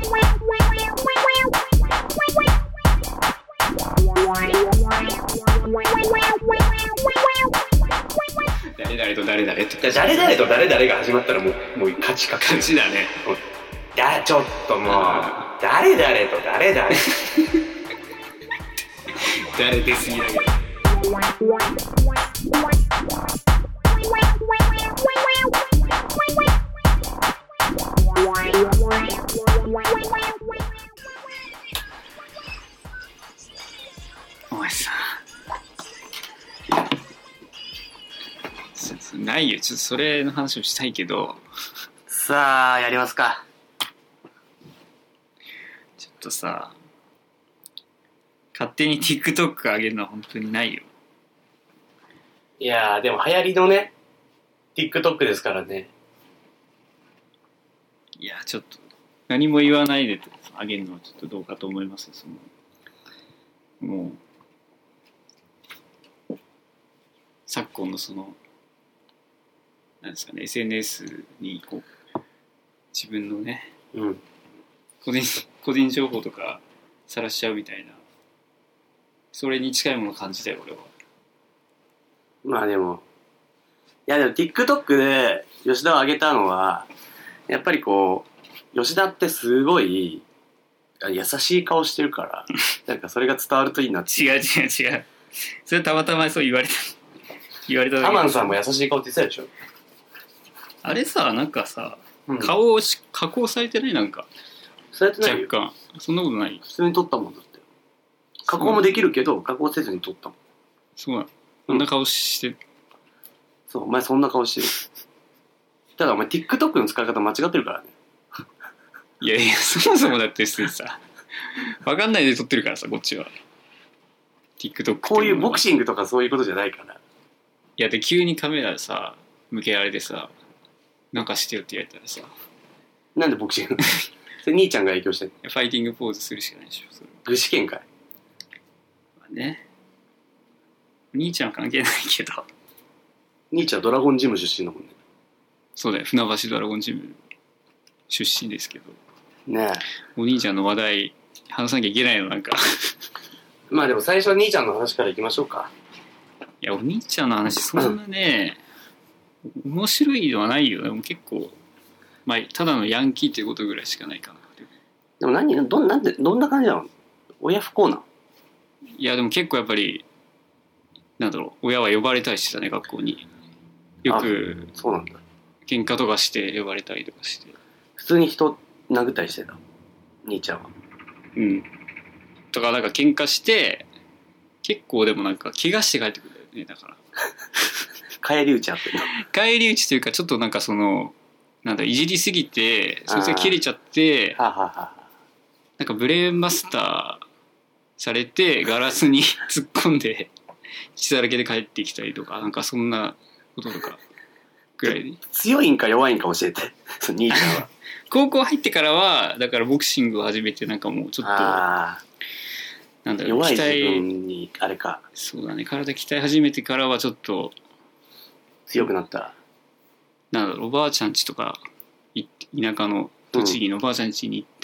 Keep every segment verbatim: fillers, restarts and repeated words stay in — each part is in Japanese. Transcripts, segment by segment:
誰々と誰々と誰々と誰々が始まったらもうもう勝ちか勝ちだね。 だちょっともう誰々と誰々 誰ですぎだけど。お前さないよ、ちょっとそれの話をしたいけど。 さあやりますか。 ちょっとさ、勝手に TikTok 上げるのは本当にないよ。 いやーでも流行りのね TikTok ですからね。 いやちょっと何も言わないで上げるのはちょっとどうかと思います。そのもう昨今のそのなんですかね エスエヌエス にこう自分のね、 うん、 個人個人情報とか晒しちゃうみたいな、それに近いものを感じたよ俺は。 まあでもいやでも TikTok で吉田を上げたのはやっぱりこう吉田ってすごい優しい顔してるからなんかそれが伝わるといいなって。 違う違う違う、それたまたまそう言われた言われただけ。 アマンさんも優しい顔って言ってたでしょ。 あれさ、なんかさ、 うん、 顔を加工されてない？なんかされてないよ。 若干そんなことない？ 普通に撮ったもんだって。加工もできるけど加工せずに撮ったもん。 そうなの。こんな顔してる、うん、 そう、お前そんな顔してる。ただお前 TikTok の使い方間違ってるからね。 いやいや、そもそもだってさ分かんないで撮ってるからさ、こっちは TikTok こういうボクシングとかそういうことじゃないから。いやで急にカメラさ向けられてさ、なんかしてよって言われたらさ、 なんでボクシングそれ兄ちゃんが影響してんの？ ファイティングポーズするしかないでしょそれ。 具志堅かい。 まあね、兄ちゃんは関係ないけど。 兄ちゃんドラゴンジム出身だもんね。 そうだよ、船橋ドラゴンジム出身ですけどねえ。 お兄ちゃんの話題話さなきゃいけないのなんかまあでも最初は兄ちゃんの話からいきましょうか。 いやお兄ちゃんの話そんなね面白いのはないよ。でも結構まあただのヤンキーっていうことぐらいしかないかな。 でも何どんなんでどんな感じなの？親不幸なの？ いやでも結構やっぱりなんだろう、親は呼ばれたりしてたね、学校によく。 そうなんだ。 喧嘩とかして呼ばれたりとかして。 普通に人殴ったりしてた兄ちゃんは。 うんとかなんか喧嘩して結構でもなんか怪我して帰ってくるんだよね。だから帰り討ちあってるの。 帰り討ちというかちょっとなんかそのなんだいじりすぎてそいつが切れちゃってはははなんかブレーンマスターされてガラスに突っ込んで血だらけで帰ってきたりとかなんかそんなこととかぐらいで。 強いんか弱いんか教えてその兄ちゃんは。 高校入ってからはだからボクシングを始めてなんかもうちょっとなんだろう、 弱い自分にあれか。 そうだね、体鍛え始めてからはちょっと強くなった。 なんだろう、おばあちゃん家とか田舎の栃木のおばあちゃん家に行って、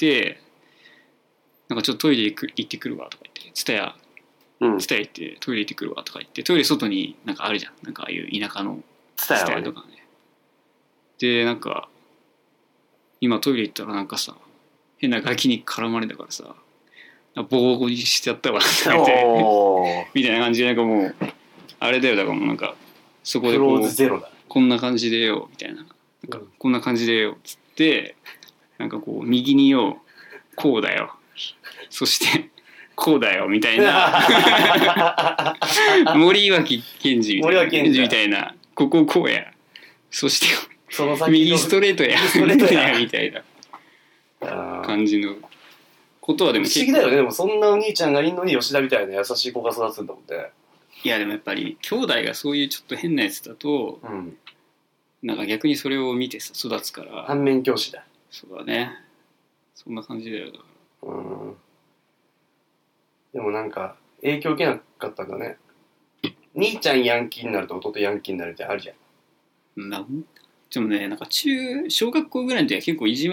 うん、なんかちょっとトイレ行ってくるわとか言ってツタヤツタヤ行ってトイレ行ってくるわとか言ってトイレ外になんかあるじゃん、なんかああいう田舎のツタヤとかね。でなんか今トイレ行ったらなんかさ変なガキに絡まれたからさボコにしちゃったわって言ってみたいな感じでなんかもうあれだよ、だからもうなんかそこでこうこんな感じでよみたいな、なんかこんな感じでよっつってなんかこう右によこうだよそしてこうだよみたいな森脇健児みたいな森脇健児みたいなこここうやそしてその先右ストレートやみたいな感じのことはでも不思議だよね。でもそんなお兄ちゃんがいんのに吉田みたいな優しい子が育つんだもんね。 いやでもやっぱり兄弟がそういうちょっと変なやつだと、うん、なんか逆にそれを見てさ育つから反面教師だ。 そうだね、そんな感じだよ。だから、うん、 でもなんか影響受けなかったんだね。兄ちゃんヤンキーになると弟ヤンキーになるってあるじゃん。 なでもね、なんか中小学校ぐらいの時は結構いじめられ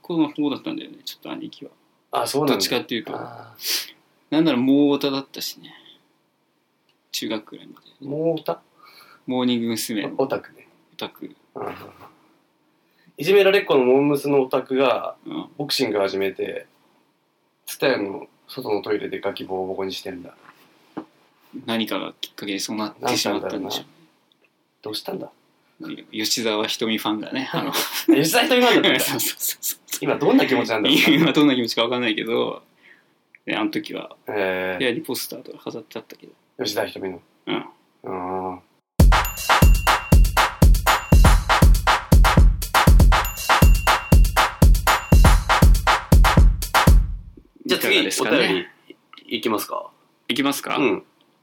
子の方だったんだよね、ちょっと兄貴は。 あ、そうなんだ。 どっちかっていうとなんならもうオタだったしね、中学くらいまで。 もうオタモーニング娘。 オタクね。 オタク。 いじめられっ子のモームスのオタクがうん、 ボクシング始めて、ツタヤの外のトイレでガキボコボコにしてんだ。 何かがきっかけでそうなってしまったんでしょうね。 どうしたんだ。 吉沢ひとみファンがね、あの吉沢ひとみファンだったんだ。 そうそうそうそう、 今どんな気持ちなんだろうな。 今どんな気持ちか分かんないけど、ね、あの時はえ部屋にポスターとか飾ってあったけど、 ー、吉沢ひとみの。 うん。 あじゃあ次、 ですかお便ね、 りいきますか。 いきますか。 うん。 えっ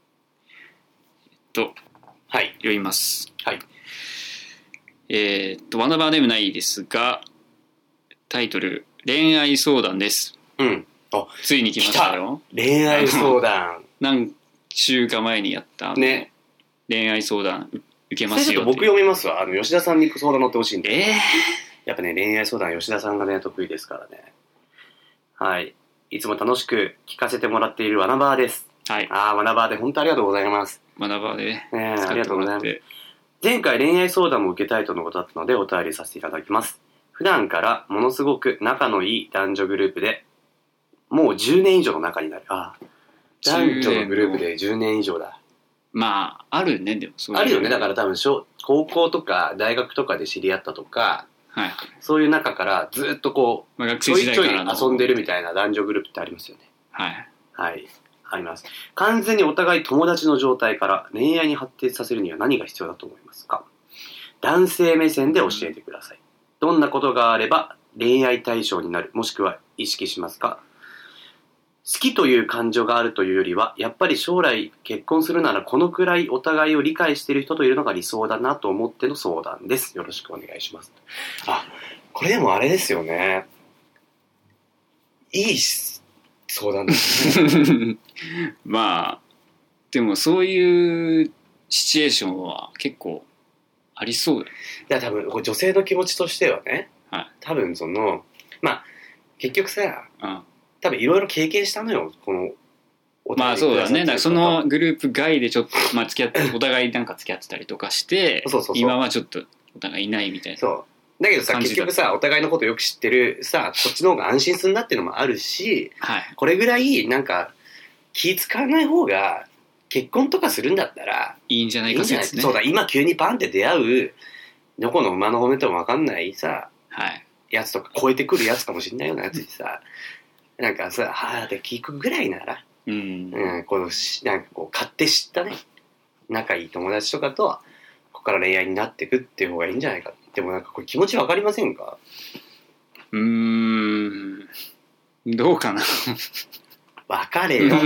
と、 はい。 読みます。 はい。 えー、っと、ワナバーネームないですが、タイトル、恋愛相談です。 うん。あ、 ついに来ましたよ。 恋愛相談。 何週間前にやったね。 恋愛相談受けますよ。 ちょっと僕読みますわ。あの、吉田さんに相談乗ってほしいんで。 えー、 やっぱね、恋愛相談吉田さんがね、得意ですからね。はい。いつも楽しく聞かせてもらっているワナバーです。 はい。 ああ、ワナバーで本当ありがとうございます。 ワナバーでね。 ねありがとうございます。前回恋愛相談も受けたいとのことだったのでお便りさせていただきます。普段からものすごく仲のいい男女グループで、もうじゅうねん以上の仲になる。ああ。男女のグループでじゅうねん以上だ。 まあ、あるね、でもそういう。 あるよね。だから多分小、高校とか大学とかで知り合ったとか、 はい、 そういう中からずっとこう、 まあ、学生時代からのちょいちょい遊んでるみたいな男女グループってありますよね。 はい。 はい。あります。完全にお互い友達の状態から恋愛に発展させるには何が必要だと思いますか？男性目線で教えてください。どんなことがあれば恋愛対象になる、もしくは意識しますか？好きという感情があるというよりは、やっぱり将来結婚するならこのくらいお互いを理解している人といるのが理想だなと思っての相談です。よろしくお願いします。あ、これでもあれですよね。いい相談ですね。 まあ、でもそういうシチュエーションは結構ありそうだよ。 いや、多分女性の気持ちとしてはね、 はい、 多分その、まあ、結局さ、 うん、 多分いろいろ経験したのよ、このお互い。まあそうだね。だからそのグループ外でちょっと、まあ、付き合ってお互いなんか付き合ってたりとかしてそうそうそう、 今はちょっとお互いいないみたいな。 そうだけどさ、結局さ、お互いのことよく知ってるさ、こっちの方が安心するなっていうのもあるし、 はい、 これぐらいなんか気使わない方が結婚とかするんだったらいいんじゃないか説ね。 そうだ、今急にパンって出会うどこの馬の骨とも分かんないさ、 はい、 やつとか超えてくるやつかもしれないようなやつにさなんかさ、はぁって聞くぐらいなら、 うん、 うん、このなんかこう勝手知ったね仲いい友達とかとここから恋愛になっていくっていう方がいいんじゃないか。でもなんかこれ気持ち分かりませんか？ うーん、どうかな。 分かれよ。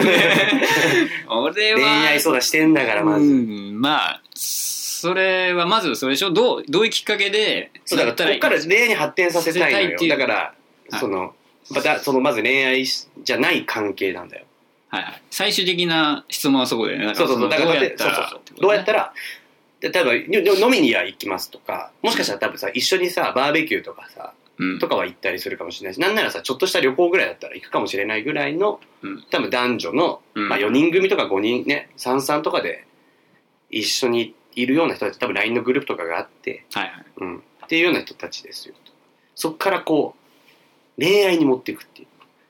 俺は恋愛相談してんだからまず。うん、 まあそれはまずそれでしょ。どうどういうきっかけでそうだからここから恋愛に発展させたいのよ。だから、はい、そのまたそのまず恋愛じゃない関係なんだよ。 はいはい。最終的な質問はそこだよね。 そうそうそう。だからどうやったら、そうそうそう。どうやったら、で例えば飲みには行きますとか、もしかしたら多分さ、一緒にさ、バーベキューとかさ、うん、とかは行ったりするかもしれないし、なんならさ、ちょっとした旅行ぐらいだったら行くかもしれないぐらいの、うん、多分男女の、うん、まあよにん組とかごにんね、さんさんとかで一緒にいるような人たち、多分 ライン のグループとかがあって、はいはい、うん、っていうような人たちですよ。そっからこう、恋愛に持っていくっていう。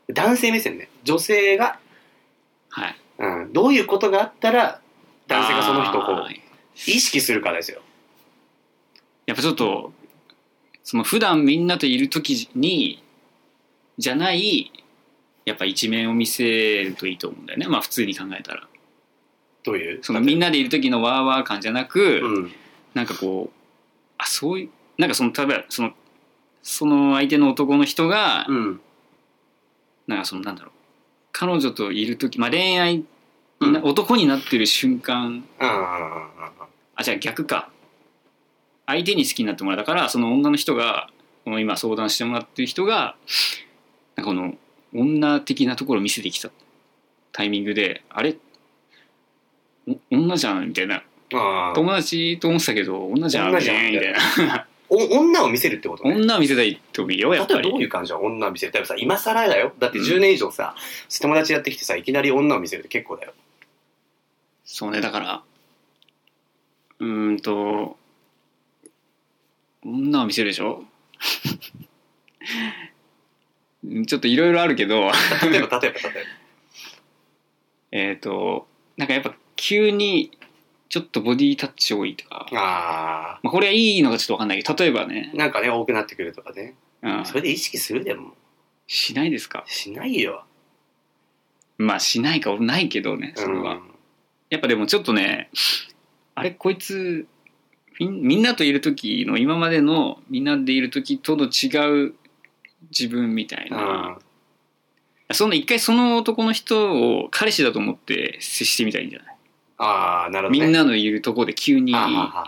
男性目線ね、女性が、はい、うん、どういうことがあったら、男性がその人をこう、意識するかですよ。 やっぱちょっとその普段みんなといる時にじゃないやっぱ一面を見せるといいと思うんだよね。まあ普通に考えたら。 どういう？ そのみんなでいる時のワーワー感じゃなく、 うん、 なんかこうあそういうなんかその例えばそのその相手の男の人が、うん、なんかそのなんだろう彼女といる時まあ恋愛うん、男になってる瞬間、 ああじゃあ逆か相手に好きになってもらったからその女の人がこの今相談してもらってる人がなんかこの女的なところを見せてきたタイミングであれ女じゃんみたいな友達と思ってたけど女じゃんみたいなお女を見せるってことね。 女を見せたいってもいいよ、やっぱり。 例えばどういう感じの女を見せる？例えばさ、今更だよ。だってじゅうねん以上さ、うん、友達やってきてさ、いきなり女を見せるって結構だよ。 そうね、だから、うーんと、女を見せるでしょちょっといろいろあるけど例えば、例えば、例えば。 えっと、なんかやっぱ急に、ちょっとボディタッチ多いとか。 あ、 まあこれはいいのかちょっとわかんないけど、例えばね。 なんかね、多くなってくるとかね。 うん。 それで意識するでも。 しないですか？ しないよ。 まあしないか、俺ないけどね、それは。うん、やっぱでもちょっとね、あれ、こいつ、み, みんなといる時の、今までのみんなでいる時との違う自分みたいな。うん、そんな一回その男の人を彼氏だと思って接してみたらいいんじゃない？ ああ、なるほど、ね。 みんなのいるとこで急に。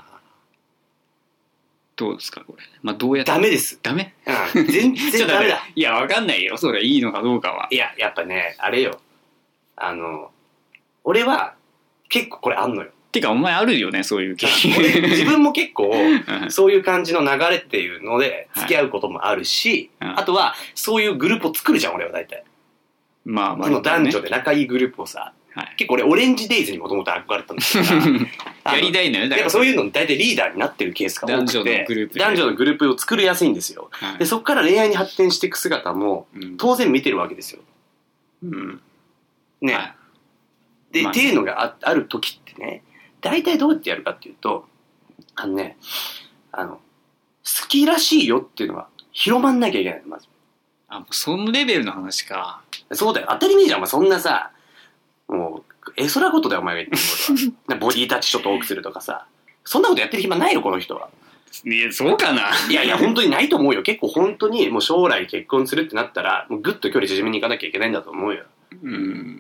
どうですかこれ。まあどうやって。 ダメです。 ダメ？ うん。全然ダメだ。 いや、わかんないよ。それいいのかどうかは。 いや、やっぱね、あれよ。あの、俺は結構これあんのよ。 てかお前あるよね、そういう経験。 俺自分も結構そういう感じの流れっていうので付き合うこともあるし、はい、あとはそういうグループを作るじゃん、俺は大体。 まあまあ、 その男女で仲いいグループをさ、はい、結構俺オレンジデイズにもともと憧れたんですからやりたいんだよね。だからやっぱそういうの大体リーダーになってるケースが多くて、男女のグループ男女のグループを作りやすいんですよ、はい、でそこから恋愛に発展していく姿も当然見てるわけですよ、うん、ね、はい、で、まあね、っていうのが あ, ある時ってね、大体どうやってやるかっていうと、あのね、あの好きらしいよっていうのが広まんなきゃいけないの、まず。 あ、もうそのレベルの話か。 そうだよ、当たり前じゃん、まあ、そんなさ、もう絵空事だよお前が言ってることはボディタッチちょっと多くするとかさ、そんなことやってる暇ないよこの人は。 いや、そうかな。 いやいや、本当にないと思うよ。結構本当にもう将来結婚するってなったらもうぐっと距離縮めに行かなきゃいけないんだと思うよ。うん、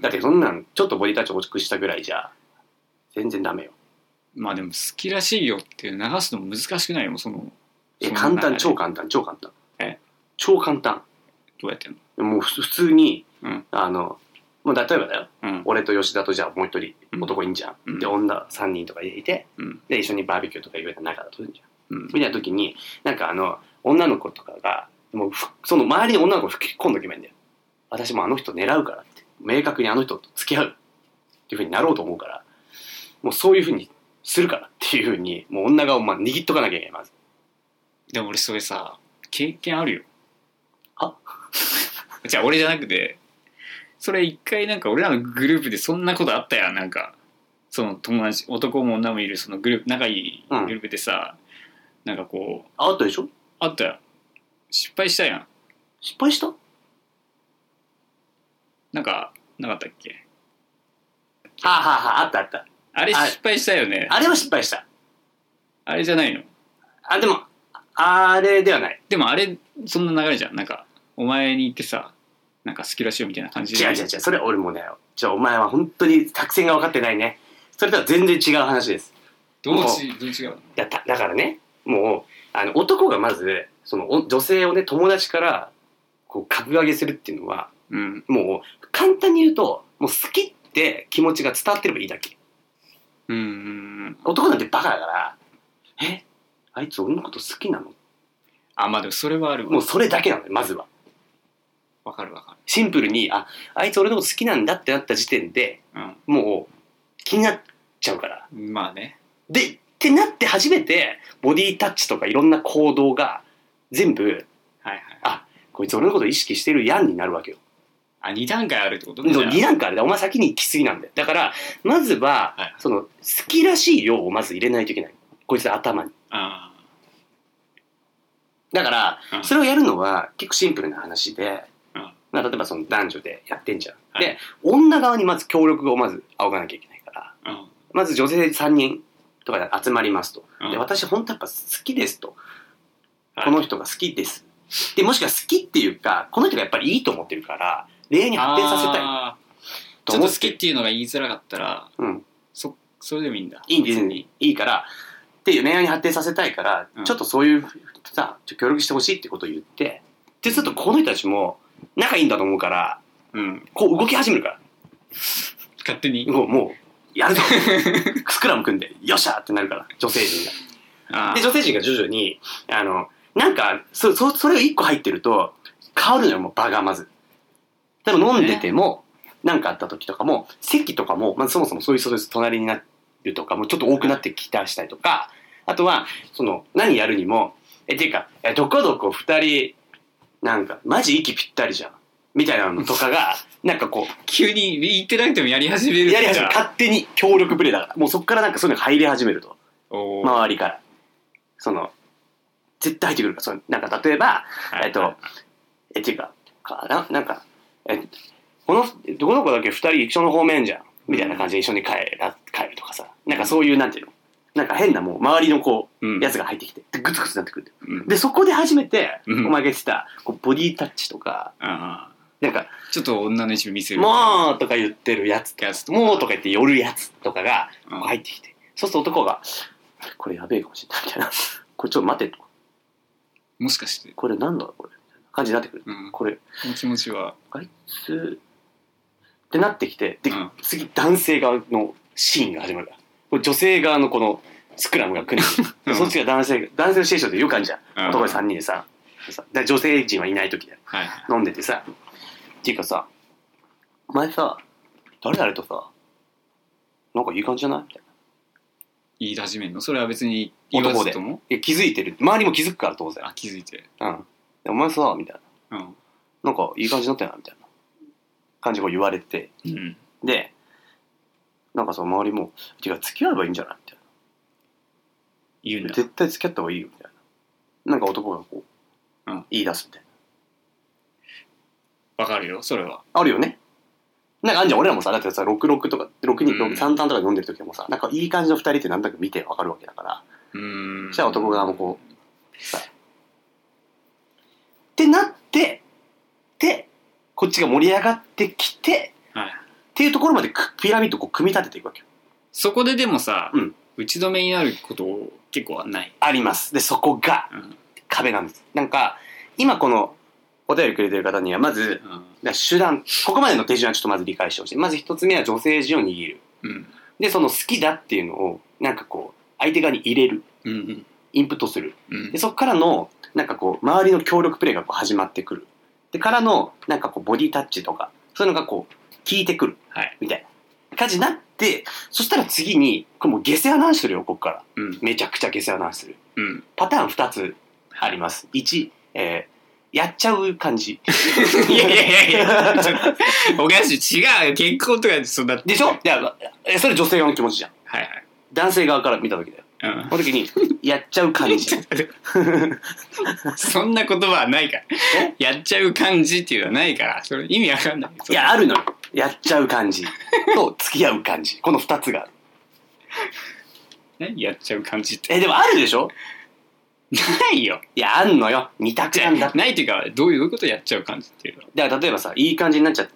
だってそんなんちょっとボディタッチ大きくしたぐらいじゃ全然ダメよ。 まあでも好きらしいよって流すの難しくないよ、その。 え、簡単、超簡単、超簡単。 え超簡単。 どうやってんの？ もう普通に、 うん、 あの、もう例えばだよ、うん、俺と吉田とじゃあもう一人男いんじゃん。うん、で、女さんにんとかいて、うん、で、一緒にバーベキューとか言われた仲だとするんじゃん。うん、みたいな時に、なんかあの、女の子とかが、もうその周りに女の子吹き込んどけばいいんだよ。私もあの人狙うからって。明確にあの人と付き合うっていう風になろうと思うから、もうそういう風にするからっていう風に、もう女がまあ握っとかなきゃいけない、まず。 でも俺それさ、経験あるよ。 あじゃあ俺じゃなくて、それ一回なんか俺らのグループでそんなことあったやん。なんかその友達、男も女もいるそのグループ、仲いいグループでさ、うん、なんかこうあったでしょ。 あったよ。失敗したやん。 失敗した？ なんかなかったっけ？ はあ、はあはあ、あったあった。 あれ失敗したよね。 あれは失敗した。 あれじゃないの？ あ、でもあれではない。 でもあれそんな流れじゃん。なんかお前に言ってさ、なんか好きらしいよみたいな感じで。 違う違う違う、それは俺もだよ。じゃあお前は本当に作戦が分かってないね。それとは全然違う話です。 どうちどう違うの？ だだからね、もうあの男がまずその女性をね友達からこう格上げするっていうのは、うん、もう簡単に言うともう好きって気持ちが伝わってればいいだけ。うんうん、男なんてバカだから、え、あいつ俺のこと好きなの？ あ、まあでもそれはあるわ。 もうそれだけなのよ、まずは。 わかるわかる。 シンプルに、あ、あいつ俺のこと好きなんだってなった時点で、うん、もう気になっちゃうから。 まあね。 で、ってなって初めて、ボディタッチとかいろんな行動が全部、はいはい、あ、こいつ俺のこと意識してるやんになるわけよ。 あ、に段階あるってことね。 に段階ある。お前先に行き過ぎなんだよ。だから、まずは、はい、その、好きらしいよをまず入れないといけない。こいつの頭に。あ、だから、うん、それをやるのは結構シンプルな話で、うん、まあ、例えばその男女でやってんじゃん。はい、で、女側にまず協力をまず仰がなきゃいけないから、うん、まず女性さんにんとかで集まりますと。うん、で、私本当やっぱ好きですと。はい、この人が好きです。で、もしくは好きっていうか、この人がやっぱりいいと思ってるから、恋愛に発展させたい。 ちょっと好きっていうのが言いづらかったら、うん、そそれでもいいんだ。 いいんです、いいから、っていう恋愛に発展させたいから、うん、ちょっとそういうさ、協力してほしいってことを言って、で、するとこの人たちも仲いいんだと思うから、うん、こう動き始めるから。 勝手にもう、もう、やるぞスクラム組んで、よっしゃーってなるから、女性陣が。 で女性陣が徐々にあのなんかそそそれがいっこ入ってると変わるのよもう場がまず。でも飲んでても何かあった時とかも席とかも、まあ、そもそもそういうそういう隣になるとかもちょっと多くなってきたしたりとか、あとはその何やるにもえっていうかえどこどこふたりなんかマジ息ぴったりじゃんみたいなのとかがなんかこう急に言ってなくてもやり始めるやり始める勝手に協力プレイだからもうそこからなんかそういうのが入り始めると周りからその絶対入ってくるからそのなんか例えば、はい、えっとえっていうかかななんかえこのどこどこだけふたり一緒の方面じゃんみたいな感じで一緒に帰る帰るとかさなんかそういうなんていうのなんか変なもう周りのこう、うん、やつが入ってきてでグツグツなってくる、うん、でそこで初めて、うん、お前が言ってたこうボディタッチとか、うん、なんかちょっと女の一部見せるもうとか言ってるやつもうとか言って寄るやつとかが入ってきて、うん、そうすると男がこれやべえかもしれないみたいなこれちょっと待てともしかしてこれなんだこれみたいな感じになってくる、うん、これこの気持ちはあいつってなってきてで、うん、次男性側のシーンが始まるからこれ女性側のこのスクラムが来る、うん、そっちが男性男性のシチュエーションでよくあるじゃん、うん、男でさんにんでさで女性陣はいない時で、はい、飲んでてさっていうかさお前さ誰々とさなんかいい感じじゃないみたいな言い始めるのそれは別に言わずともいや気づいてる周りも気づくから当然あ気づいてうんお前さみたいな、うん、なんかいい感じになったよなみたいな感じを言われて、うん、でなんかその周りも違う付き合えばいいんじゃないみたいな言うんだ絶対付き合った方がいいよみたいななんか男がこう、うん、言い出すみたいなわかるよそれはあるよねなんかあんじゃん俺らもさだってさろくろくとかろくにんさんたんとか飲んでる時もさなんかいい感じのふたりってなんとなく見てわかるわけだからうんそしたら男側もこうさってなってでこっちが盛り上がってきて、はい、っていうところまでピラミッドをこう組み立てていくわけよそこででもさ、うん、打ち止めになること結構はないありますでそこが壁なんです、うん、なんか今このお便りくれてる方にはまず、うん、手段ここまでの手順はちょっとまず理解してほしいまず一つ目は女性陣を握る、うん、でその好きだっていうのをなんかこう相手側に入れる、うんうん、インプットする、うん、でそこからのなんかこう周りの協力プレイがこう始まってくるでからのなんかこうボディタッチとかそういうのがこう効いてくる、はい、みたいな感じになってそしたら次にこれもう下世話なしするよここから、うん、めちゃくちゃ下世話なしする、うん、パターンふたつありますいち、えーやっちゃう感じ。 いやいやいやいや、おかしい。違う。結婚とかそんな。 でしょいや、それ女性側の気持ちじゃん。 はいはい。 男性側から見た時だよ。うん。この時に、やっちゃう感じ。 そんな言葉はないから。やっちゃう感じっていうのはないから。それ意味わかんない。 いや、あるのよ。やっちゃう感じ。と、付き合う感じ。この二つがある。 何やっちゃう感じって。 え、でもあるでしょないよ。 いや、あんのよ。二択なんだ。 ないっていうか、どういうことやっちゃう感じっていうの。 だから例えばさ、いい感じになっちゃって、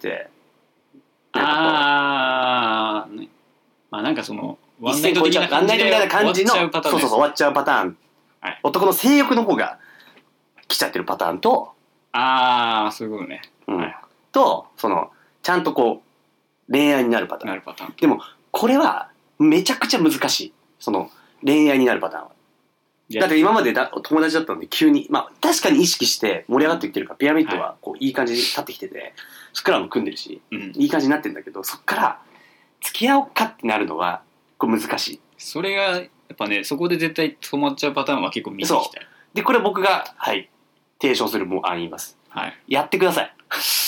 あー、ね、まあなんかその、 ワンナイト的な感じで終わっちゃうパターン。そうそうそう、終わっちゃうパターン。はい、男の性欲の方が来ちゃってるパターンと、 あー、そういうことね。 うん。はい、と、その、ちゃんとこう、恋愛になるパターン。 なるパターン。 でも、これは、めちゃくちゃ難しい。その、恋愛になるパターンは。だって今までだ友達だったので急に、まあ確かに意識して盛り上がってきてるからピラミッドはこういい感じに立ってきてて、スクラム組んでるし、うん、いい感じになってるんだけど、そっから付き合おうかってなるのはこう難しい。 それがやっぱね、そこで絶対止まっちゃうパターンは結構見てきたよ。 で、これ僕が、はい、提唱する案言います。はい。やってください。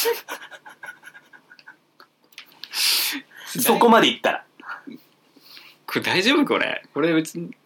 そこまでいったら。 これ大丈夫これこれ別に、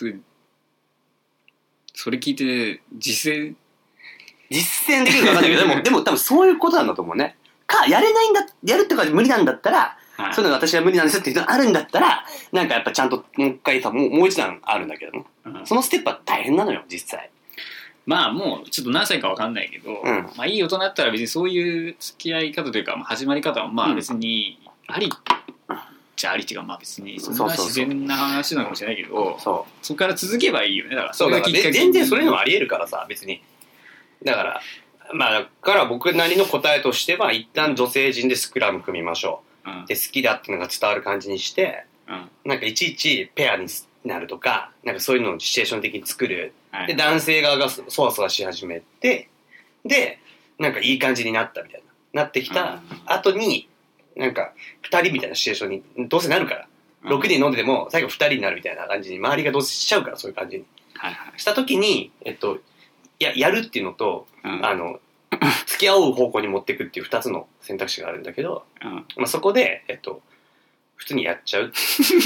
それ聞いて実践実践できるか分かんないけどでもでも多分そういうことなんだと思うね。かやれないんだやるっていうか無理なんだったら、はい、そういうのが私は無理なんですっていうのがあるんだったらなんかやっぱちゃんともう一回さもうもう一段あるんだけども、うん、そのステップは大変なのよ実際。 まあもうちょっと何歳か分かんないけど、うん、まあいい大人だったら別にそういう付き合い方というか、まあ、始まり方はまあ別にあり、うんじゃありっていうかまあ別にそんな自然な話なのかもしれないけど、そこから続けばいいよね。だからそれがきっかけ全然それのもありえるからさ別にだからまあだから僕なりの答えとしては一旦女性陣でスクラム組みましょう、うん、で好きだっていうのが伝わる感じにして、うん、なんかいちいちペアになるとか、なんかそういうのをシチュエーション的に作る。 はい、 で、男性側がそわそわし始めて、で、なんかいい感じになったみたいな。なってきた後に、なんか二人みたいなシチュエーションにどうせなるから。ろくにん飲んでても最後ふたりになるみたいな感じに周りがどうせしちゃうから、そういう感じに、 はいはい、 した時に、えっと、や, やるっていうのと、 うん、 あの付き合う方向に持っていくっていうふたつの選択肢があるんだけど、 うん、 まあ、そこで、えっと、普通にやっちゃう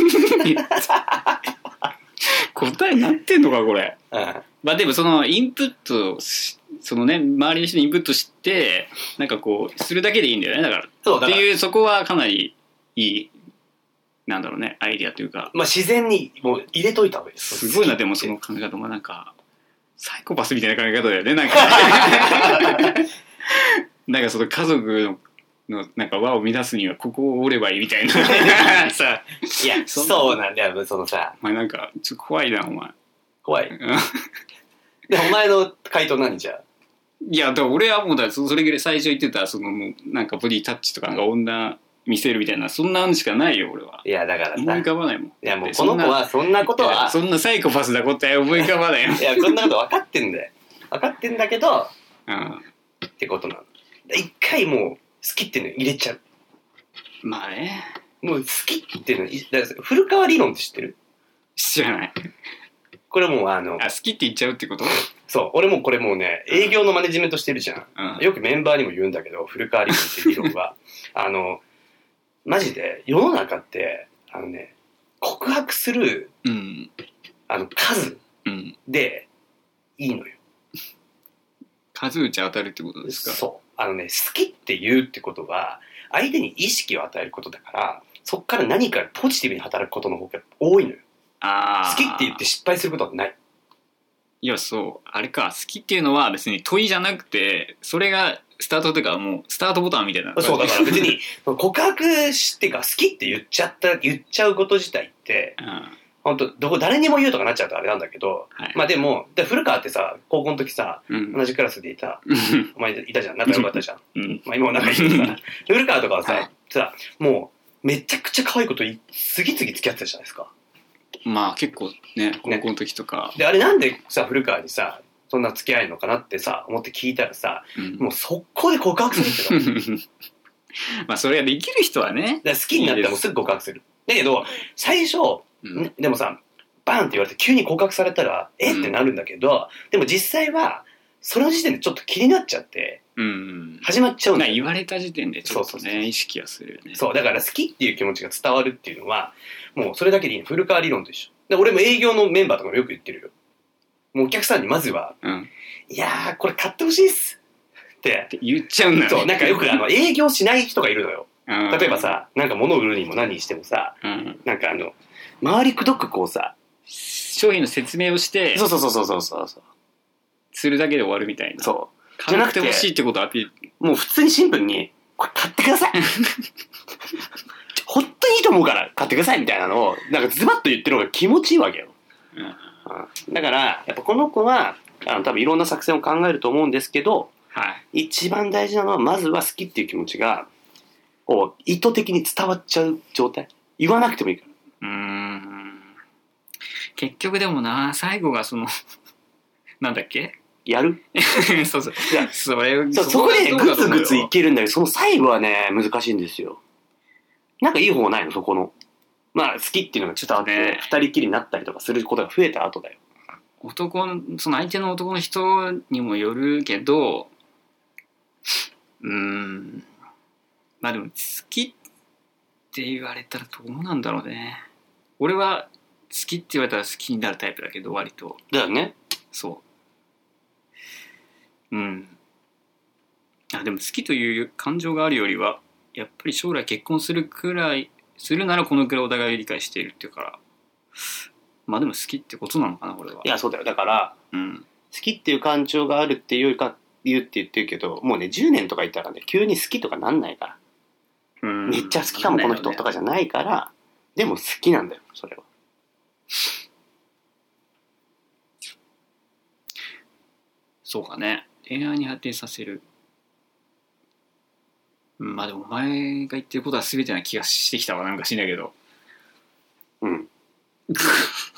答えになってんのかこれ、 うん、 まあでもそのインプットそのね周りの人にインプットしてなんかこうするだけでいいんだよね。だからそうだからっていうそこはかなりいいなんだろうねアイディアというか、 まあ、自然にもう入れといた方がいいです。 すごいな。でもその考え方もなんかサイコパスみたいな考え方だよね。なんかなんかその家族ののなんか輪を乱すにはここを折ればいいみたいなさいやそそうなんだよ。そのさお前なんかちょっと怖いなお前怖いでお前の回答何じゃあ。 いやだから俺はもうだそれぐらい最初言ってたそのもうなんかボディタッチとかなんか女見せるみたいなそんなのしかないよ俺は。 いやだからさ思い浮かばないもん。いやもうこの子はそんなことはそんなサイコパスな答え思い浮かばないよいやこんなこと分かってんだよ分かってんだけど、 うん、 ってことなの。一回もう好きっていうの入れちゃう。 まあねもう好きっていうのだから古川理論って知ってる？ 知らない。 これもうあのあ好きって言っちゃうってこと？ そう俺もこれもうね営業のマネジメントしてるじゃん、うん、よくメンバーにも言うんだけど古川理論っていう理論はあのマジで世の中ってあのね告白する、うん、あの数でいいのよ、うん、 数打ち当たるってことですか？ そうあのね好きって言うってことは相手に意識を与えることだからそっから何かポジティブに働くことの方が多いのよ。 あ好きって言って失敗することはない。 いやそうあれか好きっていうのは別に問いじゃなくてそれがスタートというかもうスタートボタンみたいな。 そうだから別に告白してか好きって言っちゃった言っちゃうこと自体って、うん、本当どこ誰にも言うとかなっちゃうとあれなんだけど、はい、まあでもで古川ってさ高校の時さ、うん、同じクラスでいたお前いたじゃん仲良かったじゃん、うん、まあ今も仲いいけどさ古川とかはさ、はい、さもうめちゃくちゃ可愛いこと次々付き合ってたじゃないですか。 まあ結構ね高校の時とか、 ね、であれなんでさ古川にさそんな付き合えるのかなってさ思って聞いたらさ、うん、もう速攻で告白するってのまあそれができる人はねだ好きになったらもうすぐ告白する。だけど最初、うん、でもさバーンって言われて急に告白されたらえってなるんだけど、うん、でも実際はその時点でちょっと気になっちゃって、うん、始まっちゃうんだよ。 言われた時点でちょっとねそうそうそう意識はするよね。 そうだから好きっていう気持ちが伝わるっていうのはもうそれだけでいいの。古川理論と一緒で俺も営業のメンバーとかもよく言ってるよ。もうお客さんにまずは、うん、いやーこれ買ってほしいっすって言っちゃうんだよ、ね、 そうなんかよくあの営業しない人がいるのよ。例えばさなんか物を売るにも何にしてもさ、うん、なんかあの周りくどくこうさ商品の説明をしてそうそうそうそうそうそうするだけで終わるみたいな。 そう買わなくて欲しいってことをアピール。 もう普通にシンプルにこれ買ってください本当にいいと思うから買ってくださいみたいなのをなんかズバッと言ってる方が気持ちいいわけよ、うんうん、だからやっぱこの子はあの多分いろんな作戦を考えると思うんですけど、はい、一番大事なのはまずは好きっていう気持ちがこう意図的に伝わっちゃう状態。言わなくてもいいから。うーん結局でもな最後がそのなんだっけやるそうそういやそれそうそこでグツグツいけるんだけどその最後はね難しいんですよ。なんかいい方ないのそこのまあ好きっていうのがちょっとあって、ね、二人きりになったりとかすることが増えた後だよ。 男のその相手の男の人にもよるけどうーんまあでも好きって言われたらどうなんだろうね。俺は好きって言われたら好きになるタイプだけど割とだよね。 そううんあでも好きという感情があるよりはやっぱり将来結婚するくらいするならこのくらいお互い理解しているっていうからまあでも好きってことなのかな俺は。 いやそうだよだから、うん、好きっていう感情があるっていうよりか言うって言ってるけどもうねじゅうねんとか言ったらね急に好きとかなんないから、うん、めっちゃ好きかもこの人とかじゃないから、でも好きなんだよそれは。 そうかね恋愛に発展させる。まあでもお前が言ってることは全てな気がしてきたわなんかしないけど。うん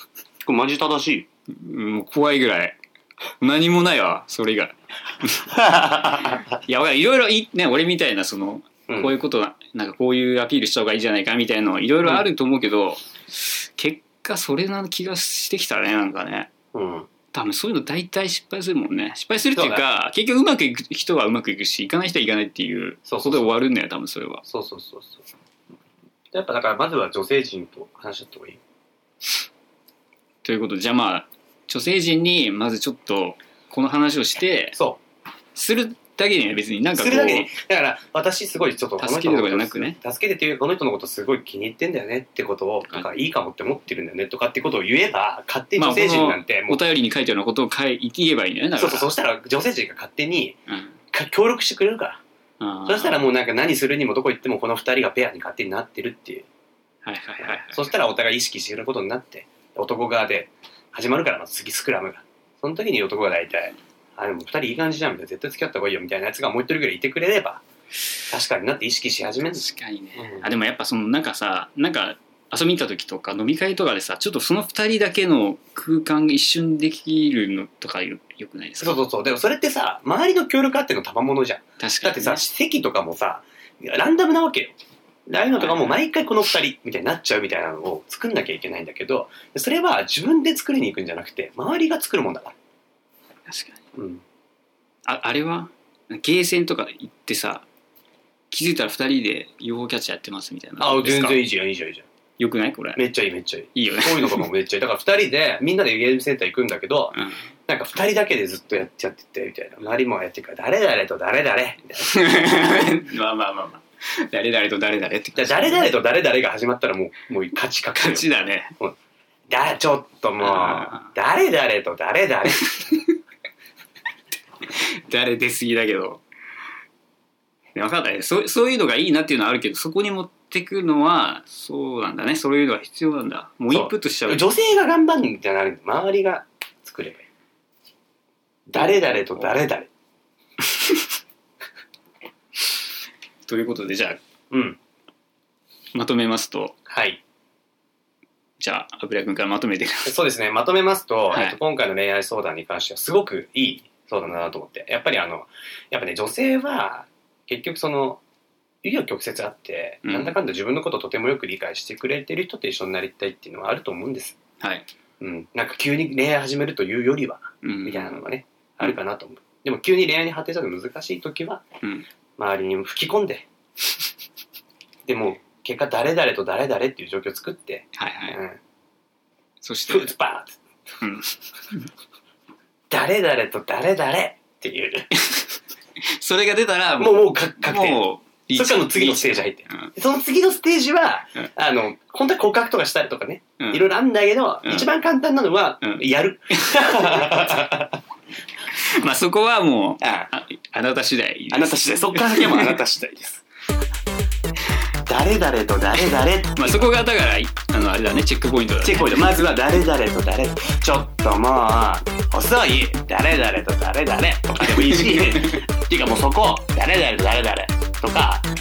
これマジ正しい。 もう怖いぐらい何もないわそれ以外いやいろいろいね俺みたいなその、うん、こういうことなんかこういうアピールした方がいいじゃないかみたいなのいろいろあると思うけど、うん、結果それな気がしてきたねなんかね、うん、多分そういうの大体失敗するもんね。失敗するっていうか結局うまくいく人はうまくいくしいかない人はいかないっていうことで終わるんだよ多分それは。 そうそうそうそうやっぱだからまずは女性陣と話し合った方がいいということでじゃあまあ女性陣にまずちょっとこの話をしてそうするだけにね別になんかこうするだけにだから私すごいちょっと助けるとかじゃなくね助けてっていうこの人のことすごい気に入ってんだよねってことをなんかいいかもって思ってるんだよねとかってことを言えば勝手に女性陣なんてもうお便りに書いてあるようなことを言えばいいんだよね。 そうそうそしたら女性陣が勝手に協力してくれるから、うん、そしたらもうなんか何するにもどこ行ってもこのふたりがペアに勝手になってるっていうはいはいはい、はい、 そしたらお互い意識してくれることになって男側で始まるから次スクラムがその時に男が大体あでもふたりいい感じじゃんみたいな絶対付き合った方がいいよみたいなやつがもう一人ぐらいいてくれれば確かになって意識し始める。 確かにね、うん、あでもやっぱそのなんかさなんか遊びに行った時とか飲み会とかでさちょっとそのふたりだけの空間が一瞬できるのとか よ, よくないですか。 そうそうそうでもそれってさ周りの協力あっての賜物じゃん。 確かに、ね、 だってさ席とかもさランダムなわけよ。ああいうのとかも毎回このふたりみたいになっちゃうみたいなのを作んなきゃいけないんだけどそれは自分で作りに行くんじゃなくて周りが作るもんだから。 確かに、うん、 あ, あれはゲーセンとか行ってさ気づいたらふたりで ユーフォー キャッチャーやってますみたいな。 あ全然いいじゃんいいじゃんいいじゃん。 よくないこれ。 めっちゃいいめっちゃいい。 いいよね。 こういうのとかもめっちゃいい。だからふたりでみんなでゲームセンター行くんだけど、うん、なんかふたりだけでずっとやっちゃっててみたいな周りもやってるから誰々と誰々みたいなまあまあまあまあ誰々と誰々ってじゃ誰々と誰々が始まったらもうもう勝ち確勝ちだね。 だちょっともう誰々と誰々 誰出過ぎだけど分かったね。そそういうのがいいなっていうのはあるけどそこに持ってくのはそうなんだね。そういうのが必要なんだ。もうインプットしちゃう。 女性が頑張るんじゃなくて周りが作ればいい。誰々と誰々 ということでじゃあ、 うん、 まとめますとはいじゃあ油君からまとめてそうですねまとめますと、はいえっと、今回の恋愛相談に関してはすごくいい相談だなと思ってやっぱりあのやっぱね女性は結局その紆余曲折あって、うん、なんだかんだ自分のことをとてもよく理解してくれてる人と一緒になりたいっていうのはあると思うんです、 はいうん、なんか急に恋愛始めるというよりは、うん、みたいなのがねあるかなと思う。でも急に恋愛に発展するの難しい時は、うん、周りに吹き込んででも結果誰々と誰々っていう状況を作って、 はいはいうん、 そしてフーツバーッ、うん、誰々と誰々っていうそれが出たらもうもう確定。もうそれからの次のステージ入って、うん、その次のステージは、うん、あの本当は告白とかしたりとかね、うん、いろいろあるんだけど、うん、一番簡単なのは、うん、やるまあそこはもう あ, あ, あなた次第です。 あなた次第そっから先はもうあなた次第です誰々と誰々 まあそこがだからあのあれだねチェックポイントだね。 チェックポイントまずは誰々と誰々ちょっともう遅い誰々と誰々とかでもいいしっていうかもうそこ誰々と誰々とか、うん、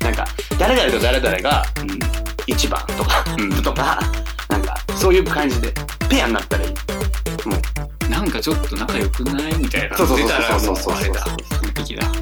なんか誰々と誰々が、うん、いちばんとか、うん、とかなんかそういう感じでペアになったらいい。もうなんかちょっと仲良くないみたいなそうそうそうそうそうそうあれだ完璧だ。